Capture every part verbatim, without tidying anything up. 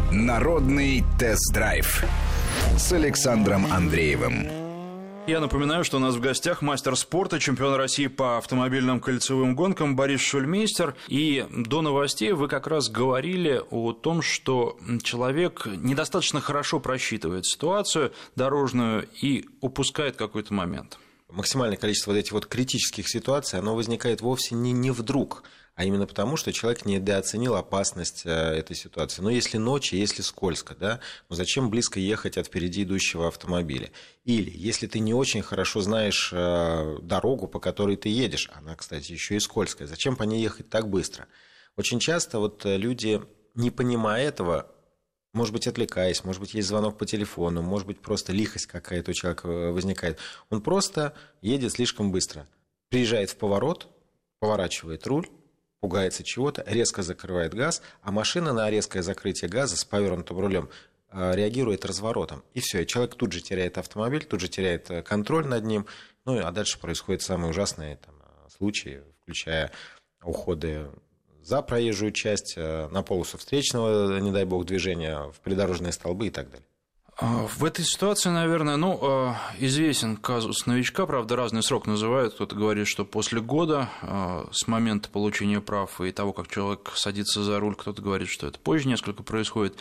Народный тест-драйв с Александром Андреевым. Я напоминаю, что у нас в гостях мастер спорта, чемпион России по автомобильным кольцевым гонкам Борис Шульмейстер. И до новостей вы как раз говорили о том, что человек недостаточно хорошо просчитывает ситуацию дорожную и упускает какой-то момент. Максимальное количество вот этих вот критических ситуаций, оно возникает вовсе не, не вдруг, а именно потому, что человек недооценил опасность этой ситуации. Но если ночь, если скользко, да, ну зачем близко ехать от впереди идущего автомобиля? Или если ты не очень хорошо знаешь дорогу, по которой ты едешь, она, кстати, еще и скользкая, зачем по ней ехать так быстро? Очень часто вот люди, не понимая этого, может быть, отвлекаясь, может быть, есть звонок по телефону, может быть, просто лихость какая-то у человека возникает. Он просто едет слишком быстро, приезжает в поворот, поворачивает руль, пугается чего-то, резко закрывает газ, а машина на резкое закрытие газа с повернутым рулем реагирует разворотом. И все, и человек тут же теряет автомобиль, тут же теряет контроль над ним. Ну, а дальше происходят самые ужасные там случаи, включая уходы за проезжую часть, на полосу встречного, не дай бог, движения, в придорожные столбы и так далее. В этой ситуации, наверное, ну, известен казус новичка, правда, разный срок называют. Кто-то говорит, что после года с момента получения прав и того, как человек садится за руль, кто-то говорит, что это позже несколько происходит.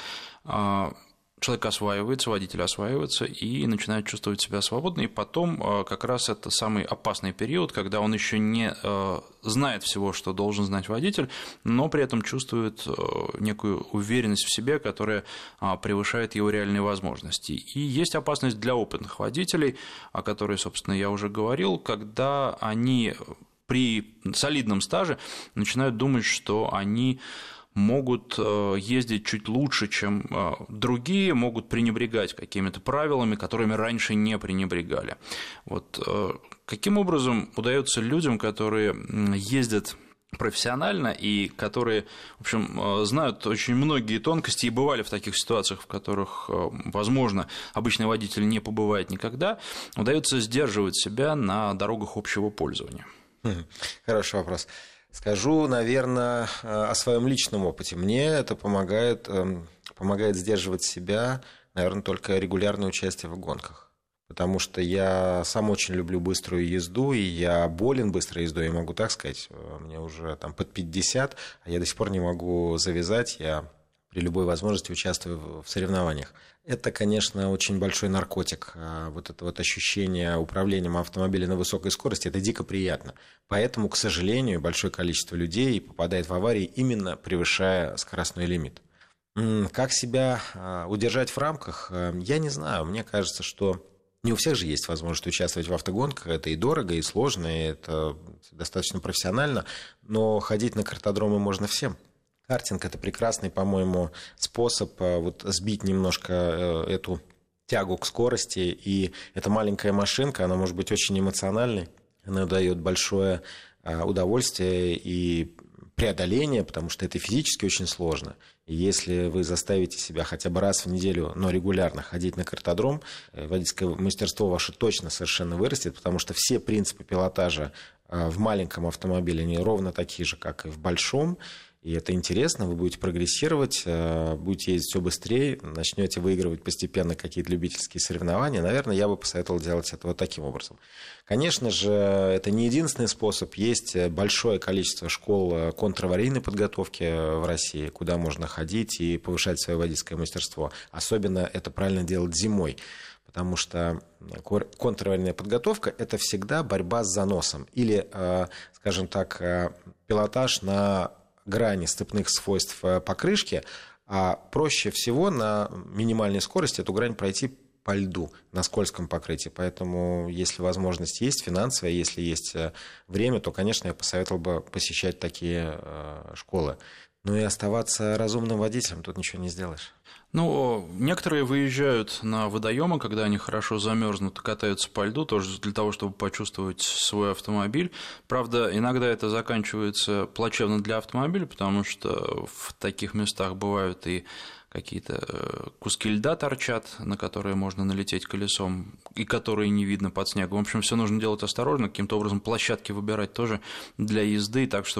Человек осваивается, водитель осваивается и начинает чувствовать себя свободно. И потом как раз это самый опасный период, когда он еще не знает всего, что должен знать водитель, но при этом чувствует некую уверенность в себе, которая превышает его реальные возможности. И есть опасность для опытных водителей, о которой, собственно, я уже говорил, когда они при солидном стаже начинают думать, что они могут ездить чуть лучше, чем другие, могут пренебрегать какими-то правилами, которыми раньше не пренебрегали. Вот каким образом удается людям, которые ездят профессионально и которые, в общем, знают очень многие тонкости и бывали в таких ситуациях, в которых, возможно, обычный водитель не побывает никогда, удается сдерживать себя на дорогах общего пользования? Хороший вопрос. Скажу, наверное, о своем личном опыте. Мне это помогает, помогает сдерживать себя, наверное, только регулярное участие в гонках. Потому что я сам очень люблю быструю езду, и я болен быстрой ездой, я могу так сказать. Мне уже там под пятьдесят, а я до сих пор не могу завязать. Я при любой возможности участвую в соревнованиях. Это, конечно, очень большой наркотик. Вот это вот ощущение управлением автомобилем на высокой скорости, это дико приятно. Поэтому, к сожалению, большое количество людей попадает в аварии, именно превышая скоростной лимит. Как себя удержать в рамках, я не знаю. Мне кажется, что не у всех же есть возможность участвовать в автогонках. Это и дорого, и сложно, и это достаточно профессионально. Но ходить на картодромы можно всем. Картинг – это прекрасный, по-моему, способ вот сбить немножко эту тягу к скорости. И эта маленькая машинка, она может быть очень эмоциональной, она дает большое удовольствие и преодоление, потому что это физически очень сложно. И если вы заставите себя хотя бы раз в неделю, но регулярно ходить на картодром, водительское мастерство ваше точно совершенно вырастет, потому что все принципы пилотажа в маленьком автомобиле, они ровно такие же, как и в большом. И это интересно, вы будете прогрессировать, будете ездить все быстрее, начнете выигрывать постепенно какие-то любительские соревнования. Наверное, я бы посоветовал делать это вот таким образом. Конечно же, это не единственный способ. Есть большое количество школ контраварийной подготовки в России, куда можно ходить и повышать свое водительское мастерство. Особенно это правильно делать зимой. Потому что контраварийная подготовка – это всегда борьба с заносом. Или, скажем так, пилотаж на грани сцепных свойств покрышки, а проще всего на минимальной скорости эту грань пройти по льду на скользком покрытии. Поэтому, если возможность есть финансовая, если есть время, то, конечно, я посоветовал бы посещать такие школы. Ну и оставаться разумным водителем, тут ничего не сделаешь. Ну, некоторые выезжают на водоемы, когда они хорошо замерзнут и катаются по льду, тоже для того, чтобы почувствовать свой автомобиль. Правда, иногда это заканчивается плачевно для автомобиля, потому что в таких местах бывают и какие-то куски льда торчат, на которые можно налететь колесом, и которые не видно под снегом. В общем, все нужно делать осторожно, каким-то образом площадки выбирать тоже для езды, так, чтобы и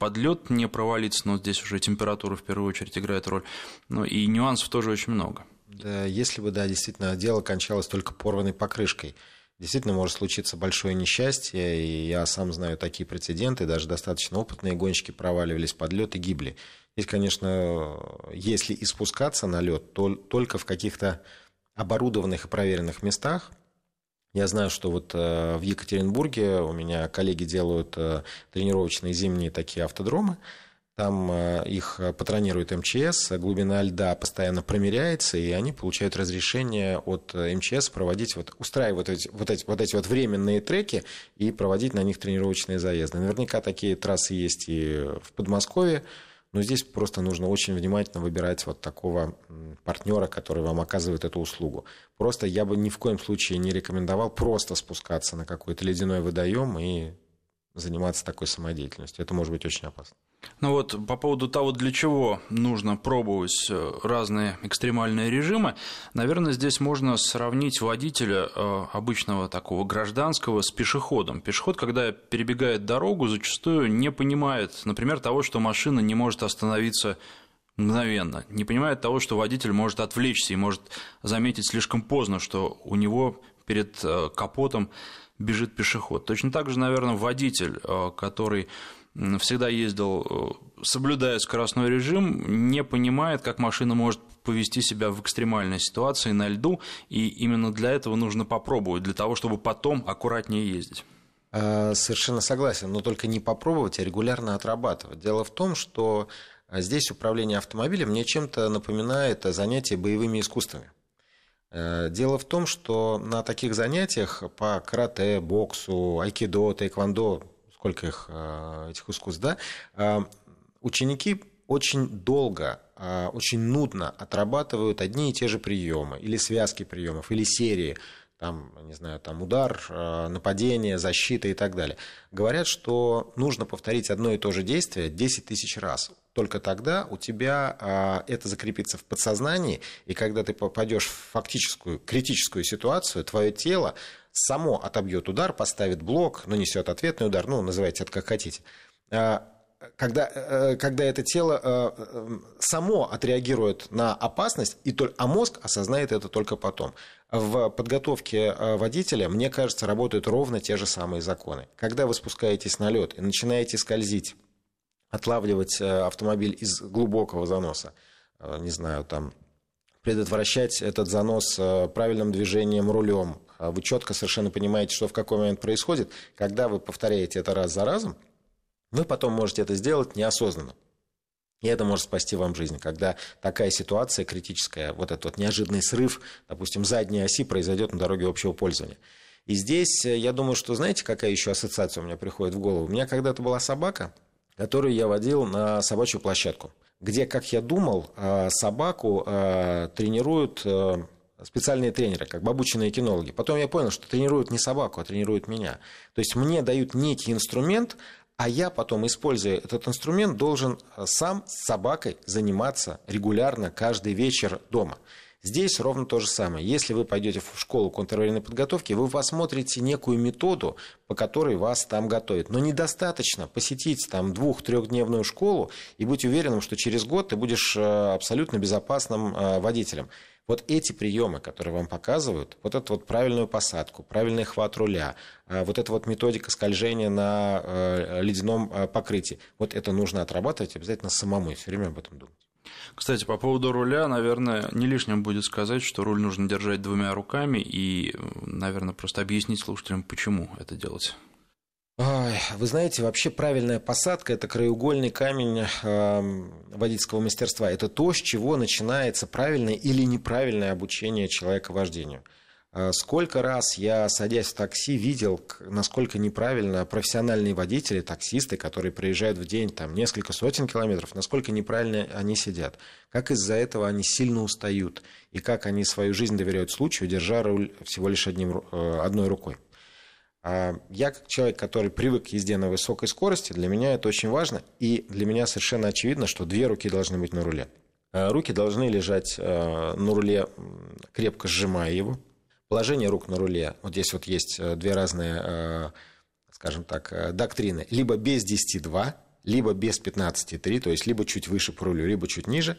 под лед не провалиться, но здесь уже температура в первую очередь играет роль. Ну и нюансов тоже очень много. Да, если бы, да, действительно, дело кончалось только порванной покрышкой, действительно может случиться большое несчастье, и я сам знаю такие прецеденты, даже достаточно опытные гонщики проваливались под лед и гибли. Здесь, конечно, если и спускаться на лед, то только в каких-то оборудованных и проверенных местах. Я знаю, что вот в Екатеринбурге у меня коллеги делают тренировочные зимние такие автодромы. Там их патронирует эм че эс, глубина льда постоянно промеряется, и они получают разрешение от эм че эс проводить, вот, устраивать вот эти, вот, эти, вот эти вот временные треки и проводить на них тренировочные заезды. Наверняка такие трассы есть и в Подмосковье, но здесь просто нужно очень внимательно выбирать вот такого партнера, который вам оказывает эту услугу. Просто я бы ни в коем случае не рекомендовал просто спускаться на какой-то ледяной водоем и заниматься такой самодеятельностью. Это может быть очень опасно. Ну вот по поводу того, для чего нужно пробовать разные экстремальные режимы, наверное, здесь можно сравнить водителя обычного такого гражданского с пешеходом. Пешеход, когда перебегает дорогу, зачастую не понимает, например, того, что машина не может остановиться мгновенно, не понимает того, что водитель может отвлечься и может заметить слишком поздно, что у него перед капотом бежит пешеход. Точно так же, наверное, водитель, который всегда ездил, соблюдая скоростной режим, не понимает, как машина может повести себя в экстремальной ситуации на льду, и именно для этого нужно попробовать, для того, чтобы потом аккуратнее ездить. Совершенно согласен, но только не попробовать, а регулярно отрабатывать. Дело в том, что здесь управление автомобилем мне чем-то напоминает занятие боевыми искусствами. Дело в том, что на таких занятиях по карате, боксу, айкидо, тэквондо, сколько их, этих искусств, да, ученики очень долго, очень нудно отрабатывают одни и те же приемы, или связки приемов, или серии, там, не знаю, там удар, нападение, защита и так далее. Говорят, что нужно повторить одно и то же действие десять тысяч раз. Только тогда у тебя это закрепится в подсознании, и когда ты попадешь в фактическую критическую ситуацию, твое тело само отобьет удар, поставит блок, нанесет ответный удар, ну, называйте это как хотите. Когда, когда это тело само отреагирует на опасность, и только, а мозг осознает это только потом. В подготовке водителя, мне кажется, работают ровно те же самые законы. Когда вы спускаетесь на лед и начинаете скользить, отлавливать автомобиль из глубокого заноса, не знаю, там, предотвращать этот занос правильным движением рулем, вы четко совершенно понимаете, что в какой момент происходит, когда вы повторяете это раз за разом, вы потом можете это сделать неосознанно. И это может спасти вам жизнь, когда такая ситуация критическая, вот этот вот неожиданный срыв, допустим, задней оси произойдет на дороге общего пользования. И здесь, я думаю, что, знаете, какая еще ассоциация у меня приходит в голову? У меня когда-то была собака, которую я водил на собачью площадку, где, как я думал, собаку тренируют специальные тренеры, как бы обученные кинологи. Потом я понял, что тренируют не собаку, а тренируют меня. То есть мне дают некий инструмент, а я потом, используя этот инструмент, должен сам с собакой заниматься регулярно каждый вечер дома. Здесь ровно то же самое. Если вы пойдете в школу контрвоенной подготовки, вы посмотрите некую методу, по которой вас там готовят. Но недостаточно посетить там двух-трехдневную школу и быть уверенным, что через год ты будешь абсолютно безопасным водителем. Вот эти приемы, которые вам показывают, вот эту вот правильную посадку, правильный хват руля, вот эта вот методика скольжения на ледяном покрытии, вот это нужно отрабатывать обязательно самому и все время об этом думать. Кстати, по поводу руля, наверное, не лишним будет сказать, что руль нужно держать двумя руками и, наверное, просто объяснить слушателям, почему это делать. Вы знаете, вообще правильная посадка – это краеугольный камень водительского мастерства. Это то, с чего начинается правильное или неправильное обучение человека вождению. Сколько раз я, садясь в такси, видел, насколько неправильно профессиональные водители, таксисты, которые проезжают в день там, несколько сотен километров, насколько неправильно они сидят. Как из-за этого они сильно устают, и как они свою жизнь доверяют случаю, держа руль всего лишь одним, одной рукой. Я, как человек, который привык к езде на высокой скорости, для меня это очень важно, и для меня совершенно очевидно, что две руки должны быть на руле. Руки должны лежать на руле, крепко сжимая его. Положение рук на руле, вот здесь вот есть две разные, скажем так, доктрины. Либо без десяти два, либо без пятнадцать и три, то есть либо чуть выше по рулю, либо чуть ниже,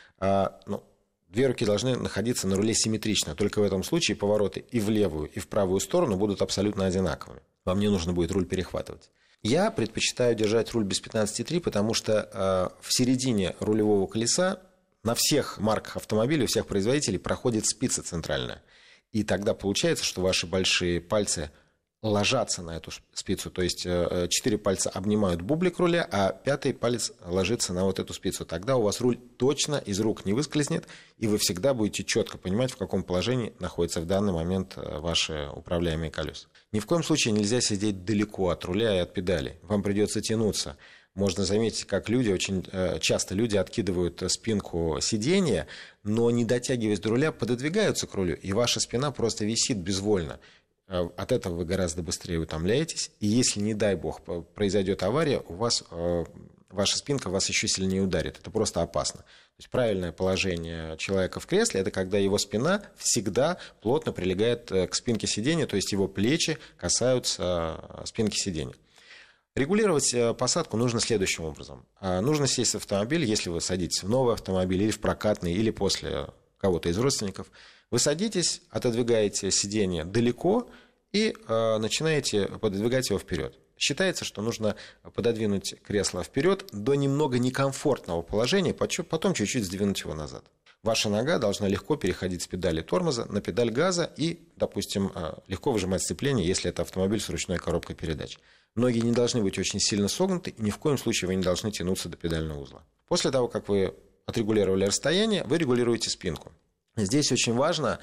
ну, две руки должны находиться на руле симметрично. Только в этом случае повороты и в левую, и в правую сторону будут абсолютно одинаковыми. Вам не нужно будет руль перехватывать. Я предпочитаю держать руль без пятнадцать и три, потому что в середине рулевого колеса на всех марках автомобилей, у всех производителей проходит спица центральная. И тогда получается, что ваши большие пальцы ложатся на эту спицу. То есть четыре пальца обнимают бублик руля, а пятый палец ложится на вот эту спицу. Тогда у вас руль точно из рук не выскользнет, и вы всегда будете четко понимать, в каком положении находятся в данный момент ваши управляемые колеса. Ни в коем случае нельзя сидеть далеко от руля и от педалей. Вам придется тянуться. Можно заметить, как люди, очень часто люди откидывают спинку сиденья, но, не дотягиваясь до руля, пододвигаются к рулю, и ваша спина просто висит безвольно. От этого вы гораздо быстрее утомляетесь, и если, не дай бог, произойдет авария, у вас, ваша спинка вас еще сильнее ударит. Это просто опасно. То есть правильное положение человека в кресле – это когда его спина всегда плотно прилегает к спинке сиденья, то есть его плечи касаются спинки сиденья. Регулировать посадку нужно следующим образом. Нужно сесть в автомобиль, если вы садитесь в новый автомобиль или в прокатный, или после кого-то из родственников. Вы садитесь, отодвигаете сиденье далеко и начинаете пододвигать его вперед. Считается, что нужно пододвинуть кресло вперед до немного некомфортного положения, потом чуть-чуть сдвинуть его назад. Ваша нога должна легко переходить с педали тормоза на педаль газа и, допустим, легко выжимать сцепление, если это автомобиль с ручной коробкой передач. Ноги не должны быть очень сильно согнуты, и ни в коем случае вы не должны тянуться до педального узла. После того, как вы отрегулировали расстояние, вы регулируете спинку. Здесь очень важно,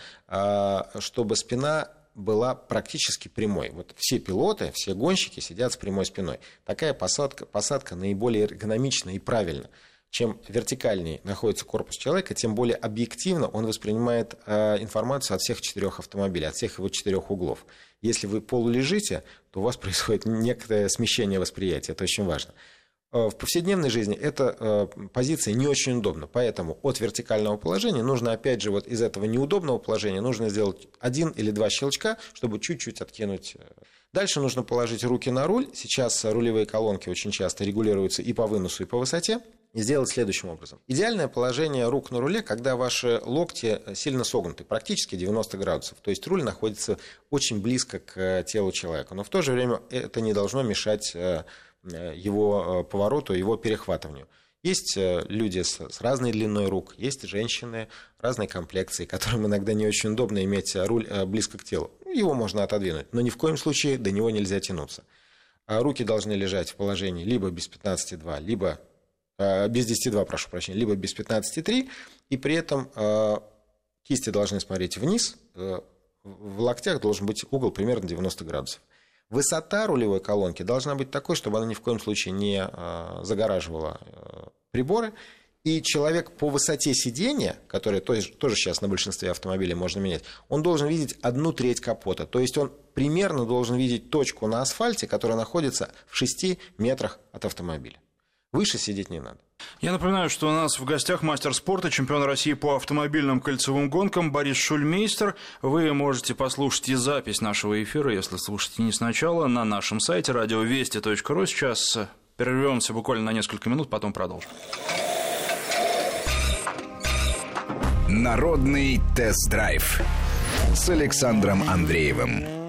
чтобы спина была практически прямой. Вот все пилоты, все гонщики сидят с прямой спиной. Такая посадка, посадка наиболее эргономична и правильна. Чем вертикальнее находится корпус человека, тем более объективно он воспринимает информацию от всех четырех автомобилей, от всех его четырех углов. Если вы полулежите, то у вас происходит некоторое смещение восприятия. Это очень важно. В повседневной жизни эта позиция не очень удобна, поэтому от вертикального положения нужно, опять же, вот из этого неудобного положения нужно сделать один или два щелчка, чтобы чуть-чуть откинуть. Дальше нужно положить руки на руль. Сейчас рулевые колонки очень часто регулируются и по выносу, и по высоте. И сделать следующим образом. Идеальное положение рук на руле, когда ваши локти сильно согнуты, практически девяносто градусов. То есть руль находится очень близко к телу человека. Но в то же время это не должно мешать его повороту, его перехватыванию. Есть люди с разной длиной рук, есть женщины разной комплекции, которым иногда не очень удобно иметь руль близко к телу. Его можно отодвинуть, но ни в коем случае до него нельзя тянуться. Руки должны лежать в положении либо без пятнадцать и два, либо без десять и два, прошу прощения, либо без пятнадцать и три, и при этом кисти должны смотреть вниз, в локтях должен быть угол примерно девяносто градусов. Высота рулевой колонки должна быть такой, чтобы она ни в коем случае не загораживала приборы, и человек по высоте сидения, которое тоже, тоже сейчас на большинстве автомобилей можно менять, он должен видеть одну треть капота, то есть он примерно должен видеть точку на асфальте, которая находится в шести метрах от автомобиля. Выше сидеть не надо. Я напоминаю, что у нас в гостях мастер спорта, чемпион России по автомобильным кольцевым гонкам Борис Шульмейстер. Вы можете послушать и запись нашего эфира, если слушаете не сначала, на нашем сайте радиовести точка ру. Сейчас прервемся буквально на несколько минут, потом продолжим. Народный тест-драйв с Александром Андреевым.